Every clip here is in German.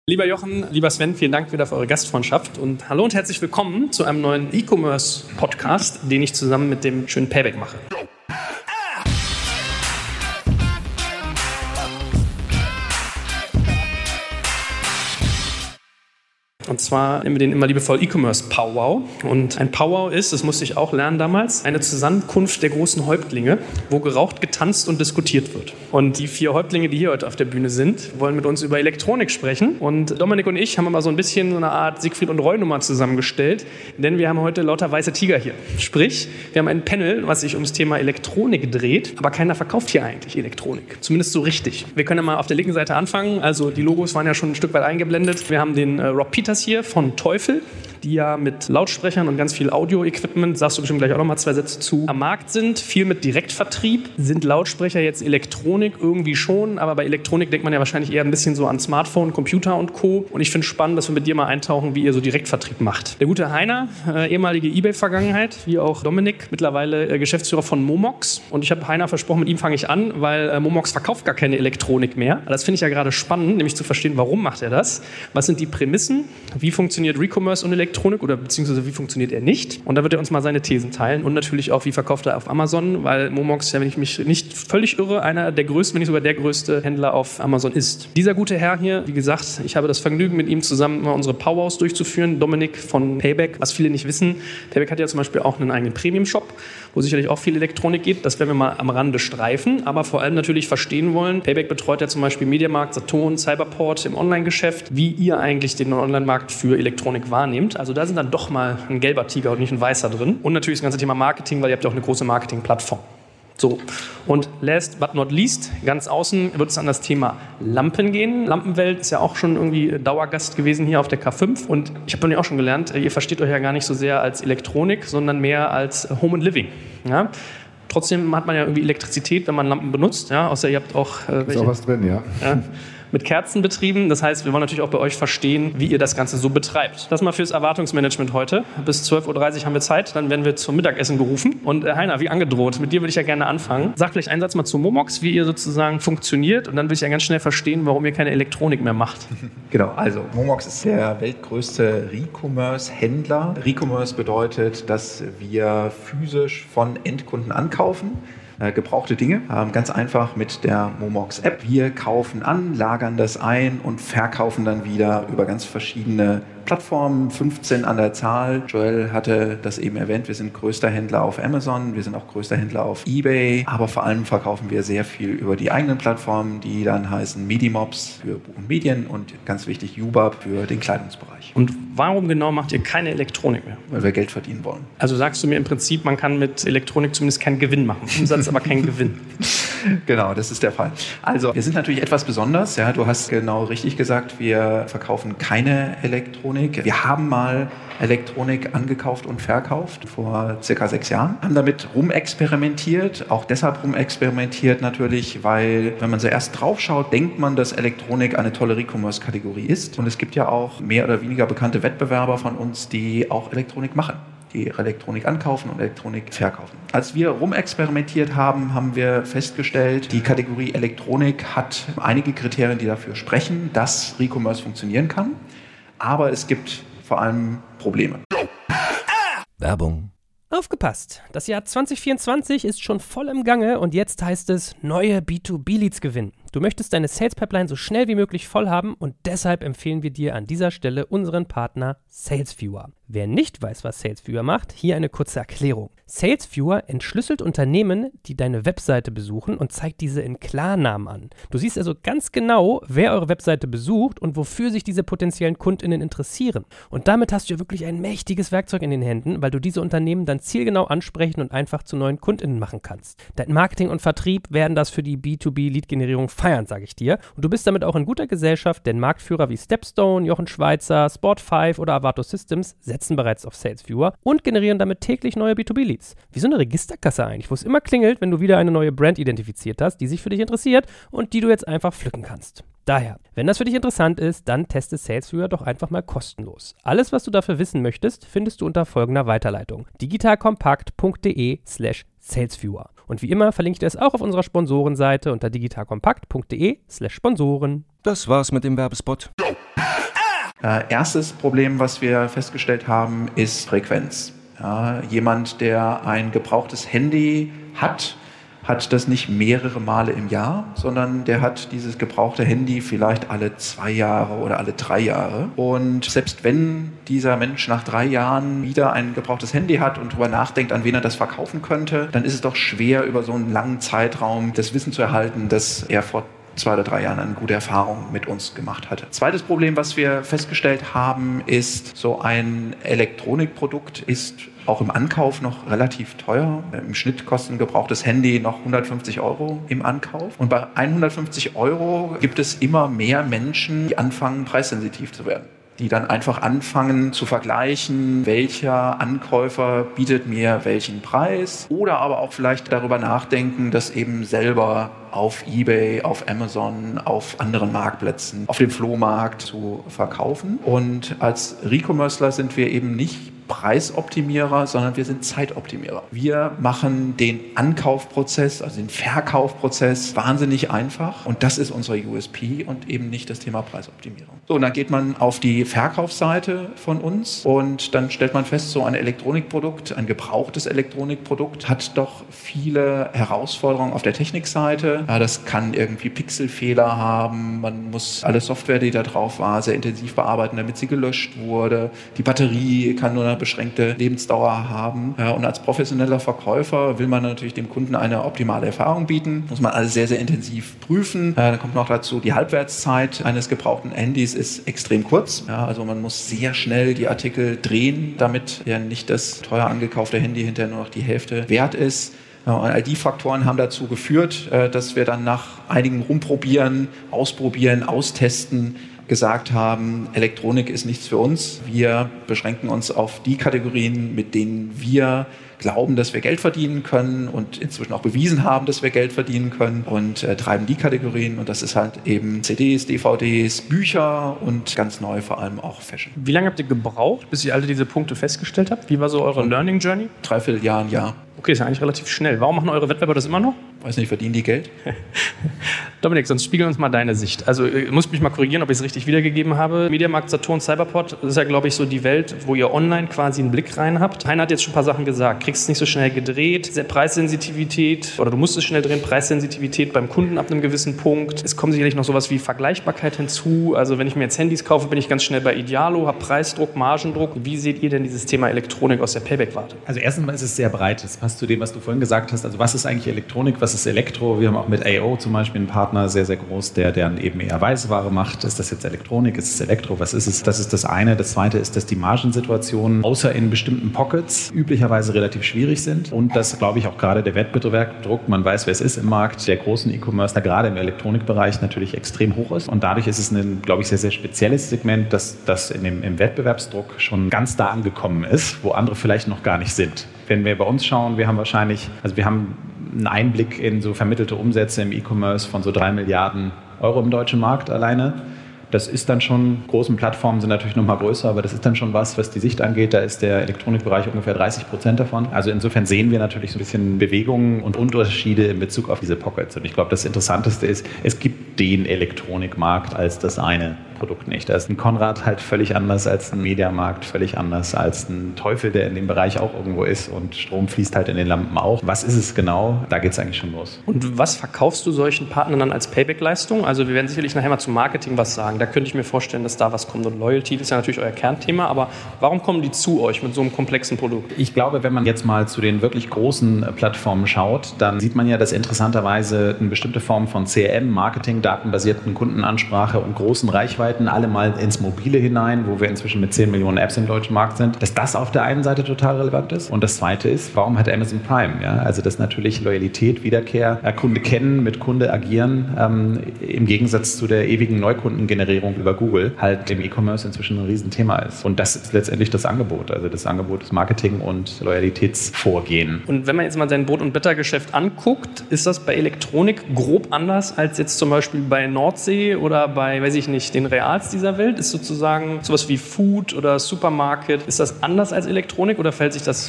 Lieber Jochen, lieber Sven, vielen Dank wieder für eure Gastfreundschaft und hallo und herzlich willkommen zu einem neuen E-Commerce-Podcast, den ich zusammen mit dem schönen Payback mache. Und zwar nennen wir den immer liebevoll E-Commerce Powwow. Und ein Powwow ist, das musste ich auch lernen damals, eine Zusammenkunft der großen Häuptlinge, wo geraucht, getanzt und diskutiert wird. Und die 4 Häuptlinge, die hier heute auf der Bühne sind, wollen mit uns über Elektronik sprechen. Und Dominik und ich haben mal so ein bisschen so eine Art Siegfried und Roy Nummer zusammengestellt, denn wir haben heute lauter weiße Tiger hier. Sprich, wir haben ein Panel, was sich ums Thema Elektronik dreht, aber keiner verkauft hier eigentlich Elektronik. Zumindest so richtig. Wir können ja mal auf der linken Seite anfangen. Also die Logos waren ja schon ein Stück weit eingeblendet. Wir haben den Rob Peters hier von Teufel, die ja mit Lautsprechern und ganz viel Audio-Equipment, sagst du bestimmt gleich auch noch mal 2 Sätze zu, am Markt sind, viel mit Direktvertrieb. Sind Lautsprecher jetzt Elektronik? Irgendwie schon, aber bei Elektronik denkt man ja wahrscheinlich eher ein bisschen so an Smartphone, Computer und Co. Und ich finde es spannend, dass wir mit dir mal eintauchen, wie ihr so Direktvertrieb macht. Der gute Heiner, ehemalige eBay-Vergangenheit, wie auch Dominik, mittlerweile Geschäftsführer von Momox. Und ich habe Heiner versprochen, mit ihm fange ich an, weil Momox verkauft gar keine Elektronik mehr. Das finde ich ja gerade spannend, nämlich zu verstehen, warum macht er das? Was sind die Prämissen? Wie funktioniert Recommerce und Elektronik oder beziehungsweise wie funktioniert er nicht? Und da wird er uns mal seine Thesen teilen und natürlich auch, wie verkauft er auf Amazon, weil Momox, ja, wenn ich mich nicht völlig irre, einer der größten, wenn nicht sogar der größte Händler auf Amazon ist. Dieser gute Herr hier, wie gesagt, ich habe das Vergnügen, mit ihm zusammen mal unsere Powwows durchzuführen. Dominik von Payback, was viele nicht wissen, Payback hat ja zum Beispiel auch einen eigenen Premium-Shop, wo sicherlich auch viel Elektronik geht. Das werden wir mal am Rande streifen, aber vor allem natürlich verstehen wollen. Payback betreut ja zum Beispiel Mediamarkt, Saturn, Cyberport im Online-Geschäft, wie ihr eigentlich den Online-Markt für Elektronik wahrnehmt. Also da sind dann doch mal ein gelber Tiger und nicht ein weißer drin. Und natürlich das ganze Thema Marketing, weil ihr habt ja auch eine große Marketing-Plattform. So, und last but not least, ganz außen wird es an das Thema Lampen gehen. Lampenwelt ist ja auch schon irgendwie Dauergast gewesen hier auf der K5. Und ich habe auch schon gelernt, ihr versteht euch ja gar nicht so sehr als Elektronik, sondern mehr als Home and Living. Ja? Trotzdem hat man ja irgendwie Elektrizität, wenn man Lampen benutzt. Ja? Außer ihr habt auch welche. Ist auch was drin, ja. Mit Kerzen betrieben. Das heißt, wir wollen natürlich auch bei euch verstehen, wie ihr das Ganze so betreibt. Das mal fürs Erwartungsmanagement heute. Bis 12.30 Uhr haben wir Zeit, dann werden wir zum Mittagessen gerufen. Und Heiner, wie angedroht, mit dir würde ich ja gerne anfangen. Sag vielleicht einen Satz mal zu Momox, wie ihr sozusagen funktioniert. Und dann will ich ja ganz schnell verstehen, warum ihr keine Elektronik mehr macht. Genau, also Momox ist der weltgrößte Recommerce-Händler. Recommerce bedeutet, dass wir physisch von Endkunden ankaufen. Gebrauchte Dinge, ganz einfach mit der Momox-App. Wir kaufen an, lagern das ein und verkaufen dann wieder über ganz verschiedene Plattformen, 15 an der Zahl. Joel hatte das eben erwähnt, wir sind größter Händler auf Amazon, wir sind auch größter Händler auf eBay, aber vor allem verkaufen wir sehr viel über die eigenen Plattformen, die dann heißen Medimobs für Buch und Medien und ganz wichtig Ubab für den Kleidungsbereich. Und warum genau macht ihr keine Elektronik mehr? Weil wir Geld verdienen wollen. Also sagst du mir im Prinzip, man kann mit Elektronik zumindest keinen Gewinn machen. Umsatz, aber keinen Gewinn. Genau, das ist der Fall. Also wir sind natürlich etwas besonders. Ja, du hast genau richtig gesagt, wir verkaufen keine Elektronik. Wir haben mal Elektronik angekauft und verkauft vor circa 6 Jahren. Haben damit rumexperimentiert, auch deshalb rumexperimentiert natürlich, weil wenn man so erst drauf schaut, denkt man, dass Elektronik eine tolle Recommerce-Kategorie ist. Und es gibt ja auch mehr oder weniger bekannte Wettbewerber von uns, die auch Elektronik machen, die Elektronik ankaufen und Elektronik verkaufen. Als wir rumexperimentiert haben, haben wir festgestellt, die Kategorie Elektronik hat einige Kriterien, die dafür sprechen, dass Recommerce funktionieren kann. Aber es gibt vor allem Probleme. Werbung. Aufgepasst! Das Jahr 2024 ist schon voll im Gange und jetzt heißt es neue B2B-Leads gewinnen. Du möchtest deine Sales-Pipeline so schnell wie möglich voll haben und deshalb empfehlen wir dir an dieser Stelle unseren Partner SalesViewer. Wer nicht weiß, was SalesViewer macht, hier eine kurze Erklärung. SalesViewer entschlüsselt Unternehmen, die deine Webseite besuchen und zeigt diese in Klarnamen an. Du siehst also ganz genau, wer eure Webseite besucht und wofür sich diese potenziellen KundInnen interessieren. Und damit hast du ja wirklich ein mächtiges Werkzeug in den Händen, weil du diese Unternehmen dann zielgenau ansprechen und einfach zu neuen KundInnen machen kannst. Dein Marketing und Vertrieb werden das für die B2B-Lead-Generierung feiern, sage ich dir. Und du bist damit auch in guter Gesellschaft, denn Marktführer wie Stepstone, Jochen Schweizer, Sport5 oder Avato Systems setzen bereits auf SalesViewer und generieren damit täglich neue B2B-Leads. Wie so eine Registerkasse eigentlich, wo es immer klingelt, wenn du wieder eine neue Brand identifiziert hast, die sich für dich interessiert und die du jetzt einfach pflücken kannst. Daher, wenn das für dich interessant ist, dann teste SalesViewer doch einfach mal kostenlos. Alles, was du dafür wissen möchtest, findest du unter folgender Weiterleitung: digitalkompakt.de/SalesViewer. Und wie immer verlinke ich dir es auch auf unserer Sponsorenseite unter digitalkompakt.de/Sponsoren. Das war's mit dem Werbespot. Erstes Problem, was wir festgestellt haben, ist Frequenz. Ja, jemand, der ein gebrauchtes Handy hat das nicht mehrere Male im Jahr, sondern der hat dieses gebrauchte Handy vielleicht alle 2 Jahre oder alle 3 Jahre. Und selbst wenn dieser Mensch nach 3 Jahren wieder ein gebrauchtes Handy hat und darüber nachdenkt, an wen er das verkaufen könnte, dann ist es doch schwer, über so einen langen Zeitraum das Wissen zu erhalten, dass er vor 2 oder 3 Jahren eine gute Erfahrung mit uns gemacht hatte. Zweites Problem, was wir festgestellt haben, ist, so ein Elektronikprodukt ist auch im Ankauf noch relativ teuer. Im Schnitt kostet ein gebrauchtes Handy noch 150 € im Ankauf. Und bei 150 € gibt es immer mehr Menschen, die anfangen, preissensitiv zu werden. Die dann einfach anfangen zu vergleichen, welcher Ankäufer bietet mir welchen Preis. Oder aber auch vielleicht darüber nachdenken, das eben selber auf eBay, auf Amazon, auf anderen Marktplätzen, auf dem Flohmarkt zu verkaufen. Und als Recommercer sind wir eben nicht Preisoptimierer, sondern wir sind Zeitoptimierer. Wir machen den Ankaufprozess, also den Verkaufprozess wahnsinnig einfach und das ist unser USP und eben nicht das Thema Preisoptimierung. So, und dann geht man auf die Verkaufsseite von uns und dann stellt man fest, so ein Elektronikprodukt, ein gebrauchtes Elektronikprodukt hat doch viele Herausforderungen auf der Technikseite. Ja, das kann irgendwie Pixelfehler haben, man muss alle Software, die da drauf war, sehr intensiv bearbeiten, damit sie gelöscht wurde. Die Batterie kann nur eine beschränkte Lebensdauer haben. Und als professioneller Verkäufer will man natürlich dem Kunden eine optimale Erfahrung bieten. Muss man alles sehr, sehr intensiv prüfen. Dann kommt noch dazu, die Halbwertszeit eines gebrauchten Handys ist extrem kurz. Ja, also man muss sehr schnell die Artikel drehen, damit ja nicht das teuer angekaufte Handy hinterher nur noch die Hälfte wert ist. Und all die Faktoren haben dazu geführt, dass wir dann nach einigem Rumprobieren, Ausprobieren, Austesten gesagt haben, Elektronik ist nichts für uns. Wir beschränken uns auf die Kategorien, mit denen wir glauben, dass wir Geld verdienen können und inzwischen auch bewiesen haben, dass wir Geld verdienen können und treiben die Kategorien und das ist halt eben CDs, DVDs, Bücher und ganz neu vor allem auch Fashion. Wie lange habt ihr gebraucht, bis ihr alle diese Punkte festgestellt habt? Wie war so eure Learning Journey? 3/4 Jahr, ein Jahr. Okay, ist ja eigentlich relativ schnell. Warum machen eure Wettbewerber das immer noch? Weiß nicht, verdienen die Geld? Dominik, sonst spiegeln uns mal deine Sicht. Also ich muss mich mal korrigieren, ob ich es richtig wiedergegeben habe. Mediamarkt, Saturn, Cyberport, das ist ja, glaube ich, so die Welt, wo ihr online quasi einen Blick rein habt. Heiner hat jetzt schon ein paar Sachen gesagt. Kriegst es nicht so schnell gedreht, Preissensitivität, oder du musst es schnell drehen, Preissensitivität beim Kunden ab einem gewissen Punkt. Es kommt sicherlich noch sowas wie Vergleichbarkeit hinzu. Also wenn ich mir jetzt Handys kaufe, bin ich ganz schnell bei Idealo, habe Preisdruck, Margendruck. Wie seht ihr denn dieses Thema Elektronik aus der Payback-Warte? Also erstens mal ist es sehr breit. Das passt zu dem, was du vorhin gesagt hast. Also was ist eigentlich Elektronik, was ist Elektro? Wir haben auch mit AO zum Beispiel einen Partner, sehr, sehr groß, der dann eben eher Weißware macht. Ist das jetzt Elektronik? Ist es Elektro? Was ist es? Das ist das eine. Das zweite ist, dass die Margensituationen außer in bestimmten Pockets üblicherweise relativ schwierig sind und dass, glaube ich, auch gerade der Wettbewerb, man weiß, wer es ist im Markt, der großen E-Commerce, da gerade im Elektronikbereich natürlich extrem hoch ist und dadurch ist es ein, glaube ich, sehr, sehr spezielles Segment, das im Wettbewerbsdruck schon ganz da angekommen ist, wo andere vielleicht noch gar nicht sind. Wenn wir bei uns schauen, wir haben einen Einblick in so vermittelte Umsätze im E-Commerce von so 3 Milliarden € im deutschen Markt alleine. Das ist dann schon, großen Plattformen sind natürlich noch mal größer, aber das ist dann schon was die Sicht angeht. Da ist der Elektronikbereich ungefähr 30% davon. Also insofern sehen wir natürlich so ein bisschen Bewegungen und Unterschiede in Bezug auf diese Pockets. Und ich glaube, das Interessanteste ist, es gibt den Elektronikmarkt als das eine Produkt nicht. Da ist ein Konrad halt völlig anders als ein Mediamarkt, völlig anders als ein Teufel, der in dem Bereich auch irgendwo ist und Strom fließt halt in den Lampen auch. Was ist es genau? Da geht es eigentlich schon los. Und was verkaufst du solchen Partnern dann als Payback-Leistung? Also wir werden sicherlich nachher mal zum Marketing was sagen. Da könnte ich mir vorstellen, dass da was kommt. Und Loyalty ist ja natürlich euer Kernthema, aber warum kommen die zu euch mit so einem komplexen Produkt? Ich glaube, wenn man jetzt mal zu den wirklich großen Plattformen schaut, dann sieht man ja, dass interessanterweise eine bestimmte Form von CRM, Marketing, datenbasierten Kundenansprache und großen Reichweiten alle mal ins Mobile hinein, wo wir inzwischen mit 10 Millionen Apps im deutschen Markt sind, dass das auf der einen Seite total relevant ist. Und das zweite ist, warum hat Amazon Prime? Ja? Also das natürlich Loyalität, Wiederkehr, Kunde kennen, mit Kunde agieren, im Gegensatz zu der ewigen Neukundengenerierung über Google halt im E-Commerce inzwischen ein Riesenthema ist. Und das ist letztendlich das Angebot. Also das Angebot ist Marketing und Loyalitätsvorgehen. Und wenn man jetzt mal sein Brot- und Buttergeschäft anguckt, ist das bei Elektronik grob anders als jetzt zum Beispiel bei Nordsee oder bei, weiß ich nicht, den Reals dieser Welt? Ist sozusagen sowas wie Food oder Supermarket, ist das anders als Elektronik oder fällt sich das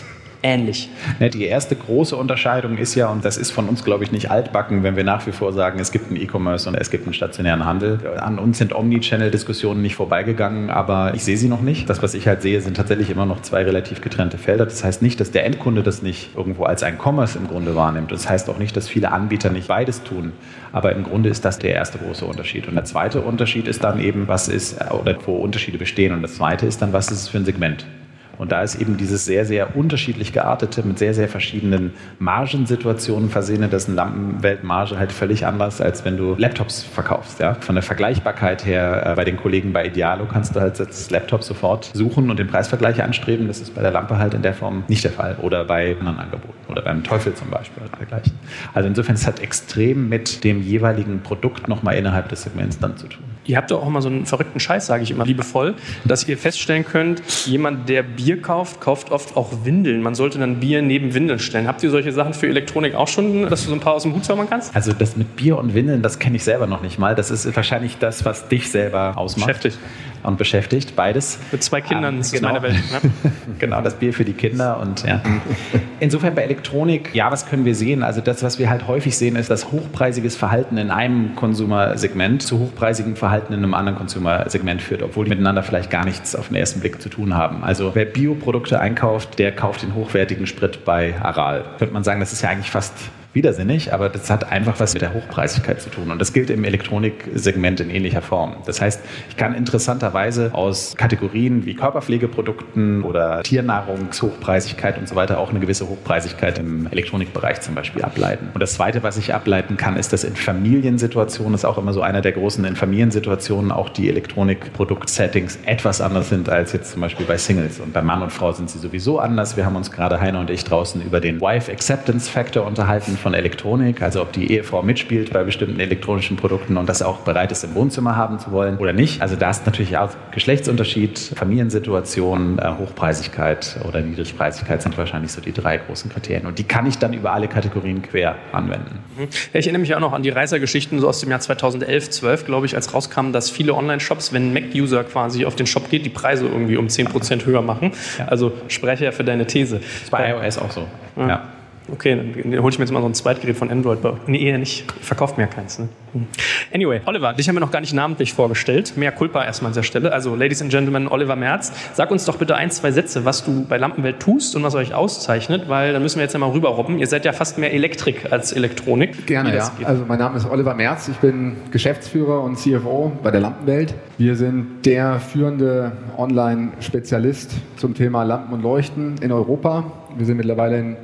ähnlich? Ja, die erste große Unterscheidung ist ja, und das ist von uns, glaube ich, nicht altbacken, wenn wir nach wie vor sagen, es gibt einen E-Commerce und es gibt einen stationären Handel. An uns sind Omnichannel-Diskussionen nicht vorbeigegangen, aber ich sehe sie noch nicht. Das, was ich halt sehe, sind tatsächlich immer noch zwei relativ getrennte Felder. Das heißt nicht, dass der Endkunde das nicht irgendwo als ein Commerce im Grunde wahrnimmt. Das heißt auch nicht, dass viele Anbieter nicht beides tun. Aber im Grunde ist das der erste große Unterschied. Und der zweite Unterschied ist dann eben, was ist, oder wo Unterschiede bestehen. Und das zweite ist dann, was ist es für ein Segment? Und da ist eben dieses sehr, sehr unterschiedlich geartete, mit sehr, sehr verschiedenen Margensituationen versehene, das ist eine Lampenweltmarge halt völlig anders, als wenn du Laptops verkaufst. Ja? Von der Vergleichbarkeit her, bei den Kollegen bei Idealo kannst du halt das Laptop sofort suchen und den Preisvergleich anstreben. Das ist bei der Lampe halt in der Form nicht der Fall. Oder bei anderen Angeboten. Oder beim Teufel zum Beispiel oder dergleichen. Also insofern ist es halt extrem mit dem jeweiligen Produkt nochmal innerhalb des Segments dann zu tun. Ihr habt doch auch mal so einen verrückten Scheiß, sage ich immer liebevoll, dass ihr feststellen könnt, jemand, der Bier kauft, kauft oft auch Windeln. Man sollte dann Bier neben Windeln stellen. Habt ihr solche Sachen für Elektronik auch schon, dass du so ein paar aus dem Hut zaubern kannst? Also das mit Bier und Windeln, das kenne ich selber noch nicht mal. Das ist wahrscheinlich das, was dich selber ausmacht. Beschäftigt, beides. Mit 2 Kindern ist genau. meine Welt. Ne? Genau, das Bier für die Kinder. Und ja. Insofern bei Elektronik, ja, was können wir sehen? Also das, was wir halt häufig sehen, ist, dass hochpreisiges Verhalten in einem Konsumersegment zu hochpreisigem Verhalten in einem anderen Konsumersegment führt, obwohl die miteinander vielleicht gar nichts auf den ersten Blick zu tun haben. Also wer Bioprodukte einkauft, der kauft den hochwertigen Sprit bei Aral. Könnte man sagen, das ist ja eigentlich fast widersinnig, aber das hat einfach was mit der Hochpreisigkeit zu tun. Und das gilt im Elektroniksegment in ähnlicher Form. Das heißt, ich kann interessanterweise aus Kategorien wie Körperpflegeprodukten oder Tiernahrungshochpreisigkeit und so weiter auch eine gewisse Hochpreisigkeit im Elektronikbereich zum Beispiel ableiten. Und das Zweite, was ich ableiten kann, ist, dass in Familiensituationen, das ist auch immer so einer der großen, in Familiensituationen auch die Elektronikprodukt-Settings etwas anders sind als jetzt zum Beispiel bei Singles. Und bei Mann und Frau sind sie sowieso anders. Wir haben uns gerade, Heiner und ich, draußen über den Wife Acceptance Factor unterhalten von Elektronik, also ob die Ehefrau mitspielt bei bestimmten elektronischen Produkten und das auch bereit ist, im Wohnzimmer haben zu wollen oder nicht. Also da ist natürlich auch Geschlechtsunterschied, Familiensituation, Hochpreisigkeit oder Niedrigpreisigkeit sind wahrscheinlich so die 3 großen Kriterien. Und die kann ich dann über alle Kategorien quer anwenden. Ja, ich erinnere mich auch noch an die Reißer-Geschichten so aus dem Jahr 2011, 12, glaube ich, als rauskam, dass viele Online-Shops, wenn ein Mac-User quasi auf den Shop geht, die Preise irgendwie um 10% höher machen. Ja. Also spreche ja für deine These. Das ist bei iOS auch so. Ja. Okay, dann hole ich mir jetzt mal so ein Zweitgerät von Android. Nee, eher nicht. Verkauft mir ja keins. Ne? Anyway, Oliver, dich haben wir noch gar nicht namentlich vorgestellt. Mehr Culpa erstmal an dieser Stelle. Also, Ladies and Gentlemen, Oliver Merz. Sag uns doch bitte 1, 2 Sätze, was du bei Lampenwelt tust und was euch auszeichnet, weil dann müssen wir jetzt ja mal rüberrobben. Ihr seid ja fast mehr Elektrik als Elektronik. Gerne, ja. Also, mein Name ist Oliver Merz. Ich bin Geschäftsführer und CFO bei der Lampenwelt. Wir sind der führende Online-Spezialist zum Thema Lampen und Leuchten in Europa. Wir sind mittlerweile in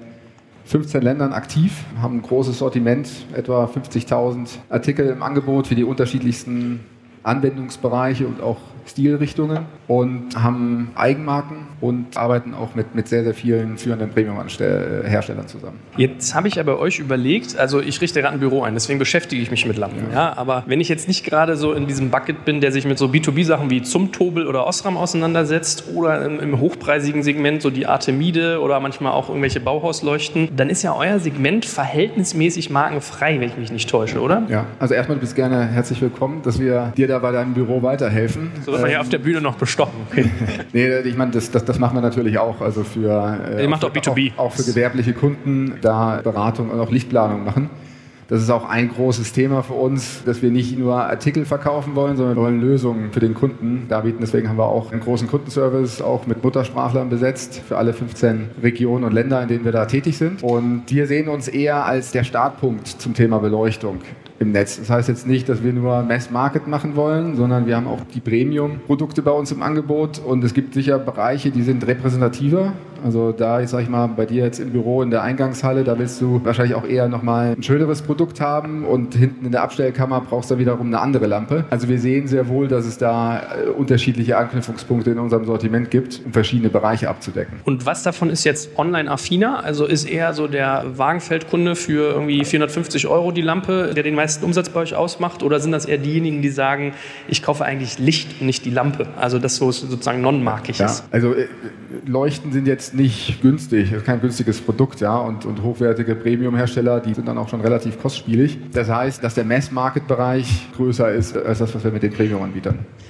15 Ländern aktiv, haben ein großes Sortiment, etwa 50.000 Artikel im Angebot für die unterschiedlichsten Anwendungsbereiche und auch Stilrichtungen und haben Eigenmarken und arbeiten auch mit sehr, sehr vielen führenden Premium-Herstellern zusammen. Jetzt habe ich ja bei euch überlegt, also ich richte gerade ein Büro ein, deswegen beschäftige ich mich mit Lampen. Ja. Aber wenn ich jetzt nicht gerade so in diesem Bucket bin, der sich mit so B2B-Sachen wie Zumtobel oder Osram auseinandersetzt oder im hochpreisigen Segment so die Artemide oder manchmal auch irgendwelche Bauhausleuchten, dann ist ja euer Segment verhältnismäßig markenfrei, wenn ich mich nicht täusche, oder? Ja, also erstmal, du bist gerne herzlich willkommen, dass wir dir da bei deinem Büro weiterhelfen. So wird man ja auf der Bühne noch bestochen. Okay. Nee, ich meine, das machen wir natürlich auch. Also ihr macht auch B2B. Auch für gewerbliche Kunden da Beratung und auch Lichtplanung machen. Das ist auch ein großes Thema für uns, dass wir nicht nur Artikel verkaufen wollen, sondern wir wollen Lösungen für den Kunden darbieten. Deswegen haben wir auch einen großen Kundenservice, auch mit Muttersprachlern besetzt, für alle 15 Regionen und Länder, in denen wir da tätig sind. Und wir sehen uns eher als der Startpunkt zum Thema Beleuchtung im Netz. Das heißt jetzt nicht, dass wir nur Mass-Market machen wollen, sondern wir haben auch die Premium-Produkte bei uns im Angebot und es gibt sicher Bereiche, die sind repräsentativer. Also da, ich sag mal, bei dir jetzt im Büro in der Eingangshalle, da willst du wahrscheinlich auch eher nochmal ein schöneres Produkt haben und hinten in der Abstellkammer brauchst du wiederum eine andere Lampe. Also wir sehen sehr wohl, dass es da unterschiedliche Anknüpfungspunkte in unserem Sortiment gibt, um verschiedene Bereiche abzudecken. Und was davon ist jetzt online-affiner? Also ist eher so der Wagenfeldkunde für irgendwie 450 € die Lampe, der den meisten Umsatz bei euch ausmacht? Oder sind das eher diejenigen, die sagen, ich kaufe eigentlich Licht und nicht die Lampe? Also das, wo es sozusagen non-markig ist. Also Leuchten sind jetzt nicht günstig, das ist kein günstiges Produkt, ja, und hochwertige Premium-Hersteller, die sind dann auch schon relativ kostspielig. Das heißt, dass der Mass-Market-Bereich größer ist als das, was wir mit den Premium-Anbietern.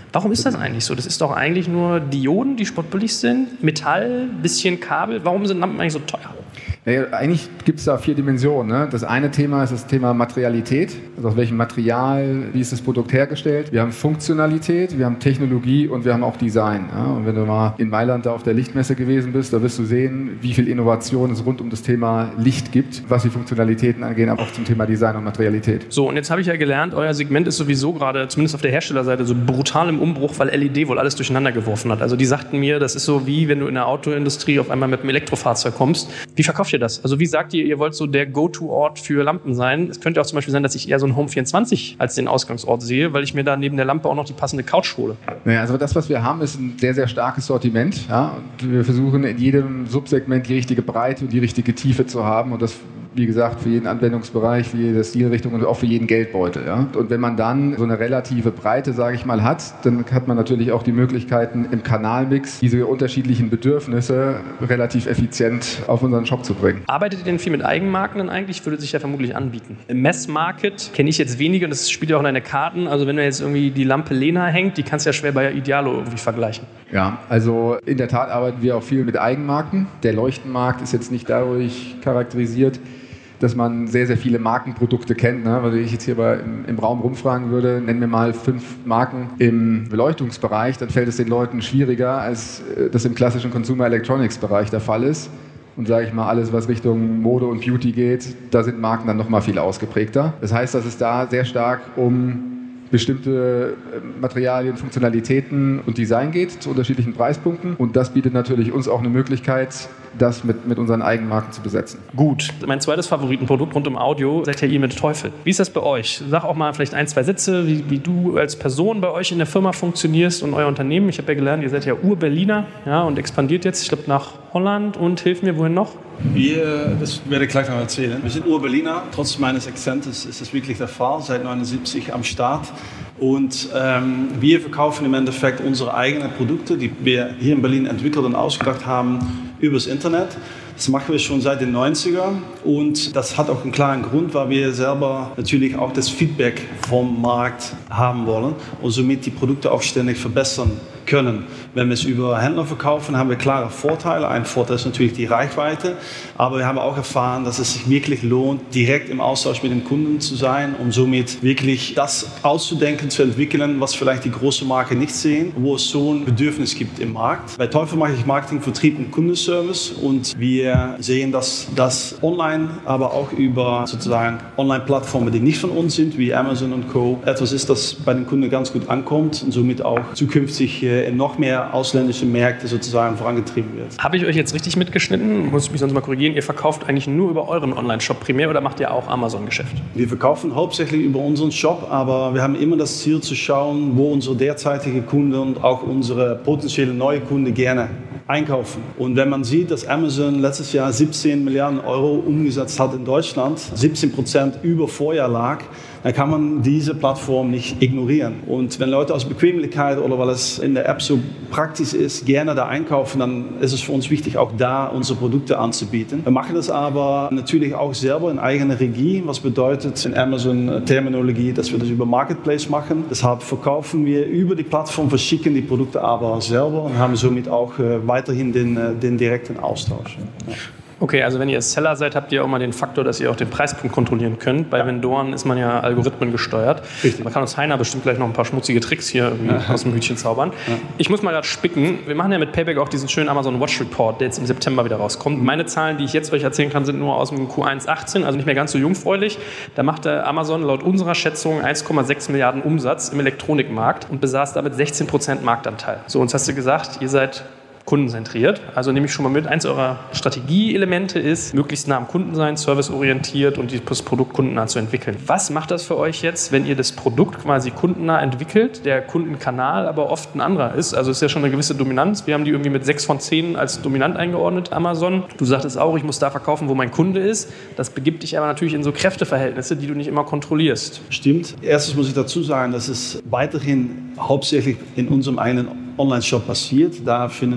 Warum ist das eigentlich so? Das ist doch eigentlich nur Dioden, die spottbillig sind, Metall, bisschen Kabel. Warum sind Lampen eigentlich so teuer? Ja, eigentlich gibt es da 4 Dimensionen. Ne? Das eine Thema ist das Thema Materialität, also aus welchem Material, wie ist das Produkt hergestellt. Wir haben Funktionalität, wir haben Technologie und wir haben auch Design. Ja? Und wenn du mal in Mailand da auf der Lichtmesse gewesen bist, da wirst du sehen, wie viel Innovation es rund um das Thema Licht gibt, was die Funktionalitäten angeht, aber auch zum Thema Design und Materialität. So, und jetzt habe ich ja gelernt, euer Segment ist sowieso gerade, zumindest auf der Herstellerseite, so brutal im Umbruch, weil LED wohl alles durcheinander geworfen hat. Also die sagten mir, das ist so wie, wenn du in der Autoindustrie auf einmal mit einem Elektrofahrzeug kommst. Wie verkauft ihr das? Also wie sagt ihr, ihr wollt so der Go-To-Ort für Lampen sein? Es könnte auch zum Beispiel sein, dass ich eher so ein Home24 als den Ausgangsort sehe, weil ich mir da neben der Lampe auch noch die passende Couch hole. Naja, also das, was wir haben, ist ein sehr, sehr starkes Sortiment. Ja? Und wir versuchen in jedem Subsegment die richtige Breite und die richtige Tiefe zu haben und das, wie gesagt, für jeden Anwendungsbereich, für jede Stilrichtung und auch für jeden Geldbeutel. Ja? Und wenn man dann so eine relative Breite, sage ich mal, hat, dann hat man natürlich auch die Möglichkeiten, im Kanalmix diese unterschiedlichen Bedürfnisse relativ effizient auf unseren Shop zu bringen. Arbeitet ihr denn viel mit Eigenmarken dann eigentlich? Würde sich ja vermutlich anbieten. Im Mass-Market kenne ich jetzt wenige und das spielt ja auch in deine Karten. Also wenn da jetzt irgendwie die Lampe Lena hängt, die kannst du ja schwer bei Idealo irgendwie vergleichen. Ja, also in der Tat arbeiten wir auch viel mit Eigenmarken. Der Leuchtenmarkt ist jetzt nicht dadurch charakterisiert, dass man sehr, sehr viele Markenprodukte kennt. Ne? Wenn ich jetzt hier im Raum rumfragen würde, nenn mir mal 5 Marken im Beleuchtungsbereich, dann fällt es den Leuten schwieriger, als das im klassischen Consumer Electronics Bereich der Fall ist. Und sage ich mal, alles, was Richtung Mode und Beauty geht, da sind Marken dann noch mal viel ausgeprägter. Das heißt, dass es da sehr stark um bestimmte Materialien, Funktionalitäten und Design geht, zu unterschiedlichen Preispunkten. Und das bietet natürlich uns auch eine Möglichkeit, das mit unseren Eigenmarken zu besetzen. Gut. Mein zweites Favoritenprodukt rund um Audio seid ja ihr mit Teufel. Wie ist das bei euch? Sag auch mal vielleicht 1, 2 Sätze, wie du als Person bei euch in der Firma funktionierst und euer Unternehmen. Ich habe ja gelernt, ihr seid ja Ur-Berliner, ja, und expandiert jetzt, ich glaube, nach Holland und hilf mir, wohin noch? Das werde ich gleich noch erzählen. Wir sind Ur-Berliner, trotz meines Akzentes ist das wirklich der Fall, seit 1979 am Start. Und wir verkaufen im Endeffekt unsere eigenen Produkte, die wir hier in Berlin entwickelt und ausgedacht haben, übers Internet. Das machen wir schon seit den 90er und das hat auch einen klaren Grund, weil wir selber natürlich auch das Feedback vom Markt haben wollen und somit die Produkte auch ständig verbessern können. Wenn wir es über Händler verkaufen, haben wir klare Vorteile. Ein Vorteil ist natürlich die Reichweite, aber wir haben auch erfahren, dass es sich wirklich lohnt, direkt im Austausch mit den Kunden zu sein, um somit wirklich das auszudenken, zu entwickeln, was vielleicht die große Marke nicht sehen, wo es so ein Bedürfnis gibt im Markt. Bei Teufel mache ich Marketing, Vertrieb und Kundenservice und wir sehen, dass das online, aber auch über sozusagen Online-Plattformen, die nicht von uns sind, wie Amazon und Co., etwas ist, das bei den Kunden ganz gut ankommt und somit auch zukünftig in noch mehr ausländische Märkte sozusagen vorangetrieben wird. Habe ich euch jetzt richtig mitgeschnitten? Muss ich mich sonst mal korrigieren. Ihr verkauft eigentlich nur über euren Online-Shop primär oder macht ihr auch Amazon-Geschäft? Wir verkaufen hauptsächlich über unseren Shop, aber wir haben immer das Ziel zu schauen, wo unsere derzeitige Kunden und auch unsere potenzielle neue Kunden gerne einkaufen. Und wenn man sieht, dass Amazon letztes Jahr 17 Milliarden Euro umgesetzt hat in Deutschland, 17% über Vorjahr lag, dann kann man diese Plattform nicht ignorieren. Und wenn Leute aus Bequemlichkeit oder weil es in der App so praktisch ist, gerne da einkaufen, dann ist es für uns wichtig, auch da unsere Produkte anzubieten. Wir machen das aber natürlich auch selber in eigener Regie, was bedeutet in Amazon-Terminologie, dass wir das über Marketplace machen. Deshalb verkaufen wir über die Plattform, verschicken die Produkte aber selber und haben somit auch weiterhin den direkten Austausch. Ja. Okay, also wenn ihr Seller seid, habt ihr auch mal den Faktor, dass ihr auch den Preispunkt kontrollieren könnt. Bei Vendoren ist man ja Algorithmen gesteuert. Richtig. Man kann uns Heiner bestimmt gleich noch ein paar schmutzige Tricks hier aus dem Hütchen zaubern. Ja. Ich muss mal gerade spicken. Wir machen ja mit Payback auch diesen schönen Amazon Watch Report, der jetzt im September wieder rauskommt. Meine Zahlen, die ich jetzt euch erzählen kann, sind nur aus dem Q1 18, also nicht mehr ganz so jungfräulich. Da macht der Amazon laut unserer Schätzung 1,6 Milliarden Umsatz im Elektronikmarkt und besaß damit 16% Marktanteil. So, uns hast du gesagt, ihr seid kundenzentriert. Also nehme ich schon mal mit, eins eurer Strategieelemente ist, möglichst nah am Kunden sein, serviceorientiert und das Produkt kundennah zu entwickeln. Was macht das für euch jetzt, wenn ihr das Produkt quasi kundennah entwickelt, der Kundenkanal aber oft ein anderer ist? Also ist ja schon eine gewisse Dominanz. Wir haben die irgendwie mit 6 von 10 als dominant eingeordnet, Amazon. Du sagtest auch, ich muss da verkaufen, wo mein Kunde ist. Das begibt dich aber natürlich in so Kräfteverhältnisse, die du nicht immer kontrollierst. Stimmt. Erstens muss ich dazu sagen, dass es weiterhin hauptsächlich in unserem eigenen Online-Shop passiert. Da finden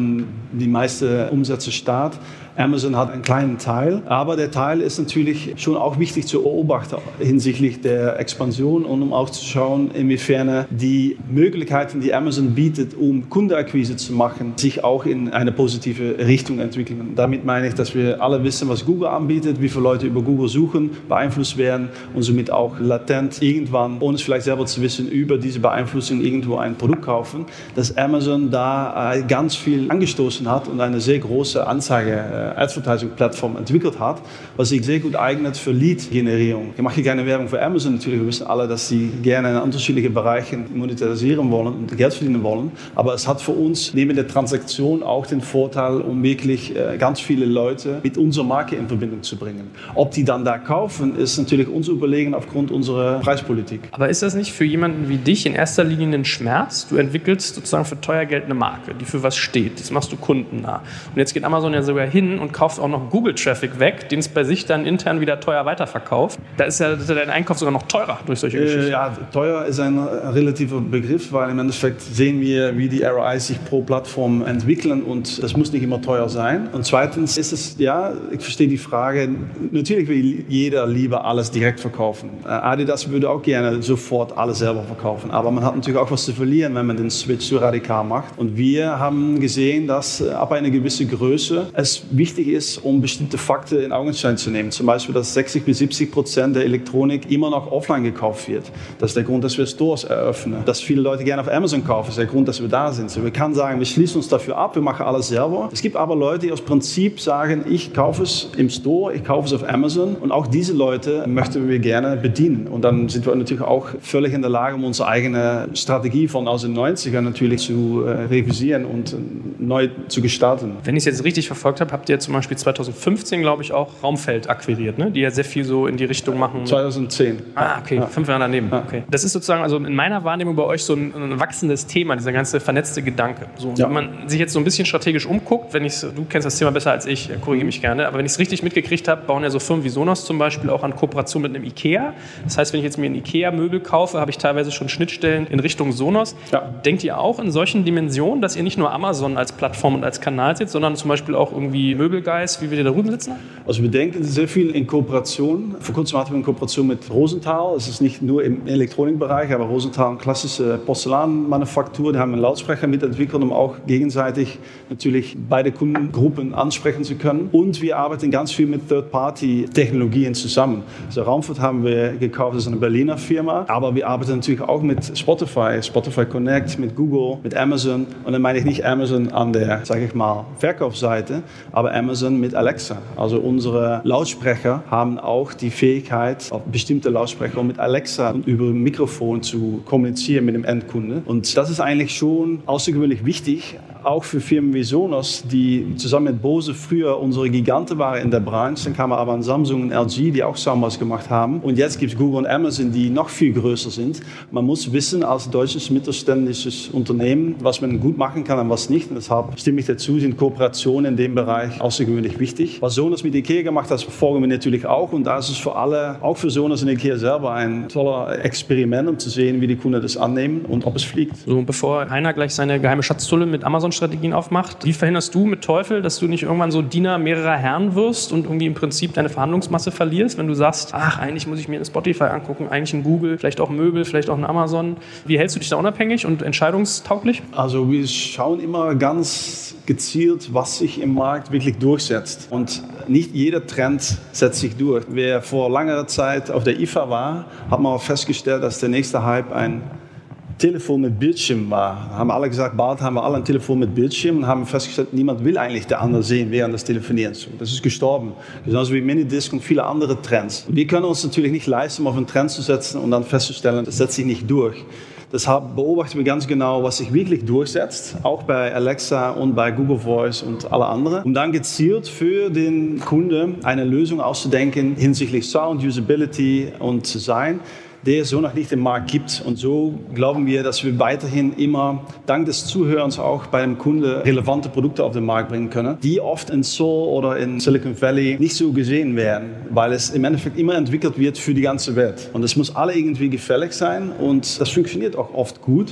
die meisten Umsätze statt. Amazon hat einen kleinen Teil, aber der Teil ist natürlich schon auch wichtig zu beobachten hinsichtlich der Expansion und um auch zu schauen, inwiefern die Möglichkeiten, die Amazon bietet, um Kundenakquise zu machen, sich auch in eine positive Richtung entwickeln. Damit meine ich, dass wir alle wissen, was Google anbietet, wie viele Leute über Google suchen, beeinflusst werden und somit auch latent irgendwann, ohne es vielleicht selber zu wissen, über diese Beeinflussung irgendwo ein Produkt kaufen, dass Amazon da ganz viel angestoßen hat und eine sehr große Advertising-Plattform entwickelt hat, was sich sehr gut eignet für Lead-Generierung. Ich mache hier keine Werbung für Amazon natürlich, wir wissen alle, dass sie gerne in unterschiedlichen Bereichen monetarisieren wollen und Geld verdienen wollen, aber es hat für uns neben der Transaktion auch den Vorteil, um wirklich ganz viele Leute mit unserer Marke in Verbindung zu bringen. Ob die dann da kaufen, ist natürlich uns überlegen aufgrund unserer Preispolitik. Aber ist das nicht für jemanden wie dich in erster Linie ein Schmerz? Du entwickelst sozusagen für teuer Geld eine Marke, die für was steht. Das machst du kundennah. Und jetzt geht Amazon ja sogar hin und kauft auch noch Google-Traffic weg, den es bei sich dann intern wieder teuer weiterverkauft. Da ist ja dein Einkauf sogar noch teurer durch solche Geschichten. Ja, teuer ist ein relativer Begriff, weil im Endeffekt sehen wir, wie die ROIs sich pro Plattform entwickeln und das muss nicht immer teuer sein. Und zweitens ist es, ja, ich verstehe die Frage, natürlich will jeder lieber alles direkt verkaufen. Adidas würde auch gerne sofort alles selber verkaufen, aber man hat natürlich auch was zu verlieren, wenn man den Switch so radikal macht. Und wir haben gesehen, dass ab einer gewissen Größe es wichtig ist, um bestimmte Fakten in Augenschein zu nehmen. Zum Beispiel, dass 60-70% der Elektronik immer noch offline gekauft wird. Das ist der Grund, dass wir Stores eröffnen. Dass viele Leute gerne auf Amazon kaufen, ist der Grund, dass wir da sind. So, wir können sagen, wir schließen uns dafür ab, wir machen alles selber. Es gibt aber Leute, die aus Prinzip sagen, ich kaufe es im Store, ich kaufe es auf Amazon und auch diese Leute möchten wir gerne bedienen. Und dann sind wir natürlich auch völlig in der Lage, um unsere eigene Strategie von aus den 90ern natürlich zu revisieren und neu zu gestalten. Wenn ich es jetzt richtig verfolgt habe, habt ihr zum Beispiel 2015, glaube ich, auch Raumfeld akquiriert, ne? Die ja sehr viel so in die Richtung machen. 2010. Ah, okay, ja. 5 Jahre daneben. Ja. Okay. Das ist sozusagen also in meiner Wahrnehmung bei euch so ein wachsendes Thema, dieser ganze vernetzte Gedanke. So, ja. Wenn man sich jetzt so ein bisschen strategisch umguckt, du kennst das Thema besser als ich, korrigiere mich gerne, aber wenn ich es richtig mitgekriegt habe, bauen ja so Firmen wie Sonos zum Beispiel auch an Kooperation mit einem Ikea. Das heißt, wenn ich jetzt mir ein Ikea-Möbel kaufe, habe ich teilweise schon Schnittstellen in Richtung Sonos. Ja. Denkt ihr auch in solchen Dimensionen, dass ihr nicht nur Amazon als Plattform und als Kanal seht, sondern zum Beispiel auch irgendwie Möbelgeist, wie wir da drüben sitzen? Also wir denken sehr viel in Kooperation. Vor kurzem hatten wir eine Kooperation mit Rosenthal. Es ist nicht nur im Elektronikbereich, aber Rosenthal eine klassische Porzellanmanufaktur. Die haben einen Lautsprecher mitentwickelt, um auch gegenseitig natürlich beide Kundengruppen ansprechen zu können. Und wir arbeiten ganz viel mit Third-Party-Technologien zusammen. Also Raumfeld haben wir gekauft, das ist eine Berliner Firma. Aber wir arbeiten natürlich auch mit Spotify, Spotify Connect, mit Google, mit Amazon. Und dann meine ich nicht Amazon an der, sage ich mal, Verkaufsseite, aber Amazon mit Alexa. Also unsere Lautsprecher haben auch die Fähigkeit, auf bestimmte Lautsprecher mit Alexa und über Mikrofon zu kommunizieren mit dem Endkunde. Und das ist eigentlich schon außergewöhnlich wichtig, auch für Firmen wie Sonos, die zusammen mit Bose früher unsere Giganten waren in der Branche. Dann kam aber an Samsung und LG, die auch Soundbars gemacht haben. Und jetzt gibt es Google und Amazon, die noch viel größer sind. Man muss wissen, als deutsches mittelständisches Unternehmen, was man gut machen kann und was nicht. Und deshalb stimme ich dazu, sind Kooperationen in dem Bereich außergewöhnlich wichtig. Was Sonos mit Ikea gemacht hat, das verfolgen wir natürlich auch. Und da ist es für alle, auch für Sonos und Ikea selber, ein toller Experiment, um zu sehen, wie die Kunden das annehmen und ob es fliegt. So, bevor Heiner gleich seine geheime Schatztulle mit Amazon-Strategien aufmacht, wie verhinderst du mit Teufel, dass du nicht irgendwann so Diener mehrerer Herren wirst und irgendwie im Prinzip deine Verhandlungsmasse verlierst, wenn du sagst, ach, eigentlich muss ich mir ein Spotify angucken, eigentlich ein Google, vielleicht auch ein Möbel, vielleicht auch ein Amazon. Wie hältst du dich da unabhängig und entscheidungstauglich? Also wir schauen immer ganz gezielt, was sich im Markt wirklich durchsetzt. Und nicht jeder Trend setzt sich durch. Wer vor langer Zeit auf der IFA war, hat man auch festgestellt, dass der nächste Hype ein Telefon mit Bildschirm war. Haben alle gesagt, bald haben wir alle ein Telefon mit Bildschirm und haben festgestellt, niemand will eigentlich der andere sehen während des Telefonierens. Das ist gestorben. Genauso wie Minidisc und viele andere Trends. Wir können uns natürlich nicht leisten, auf einen Trend zu setzen und dann festzustellen, das setzt sich nicht durch. Deshalb beobachten wir ganz genau, was sich wirklich durchsetzt, auch bei Alexa und bei Google Voice und alle anderen, um dann gezielt für den Kunde eine Lösung auszudenken hinsichtlich Sound, Usability und Design, der es so noch nicht im Markt gibt. Und so glauben wir, dass wir weiterhin immer dank des Zuhörens auch bei dem Kunde relevante Produkte auf den Markt bringen können, die oft in Seoul oder in Silicon Valley nicht so gesehen werden, weil es im Endeffekt immer entwickelt wird für die ganze Welt. Und es muss alle irgendwie gefällig sein und das funktioniert auch oft gut.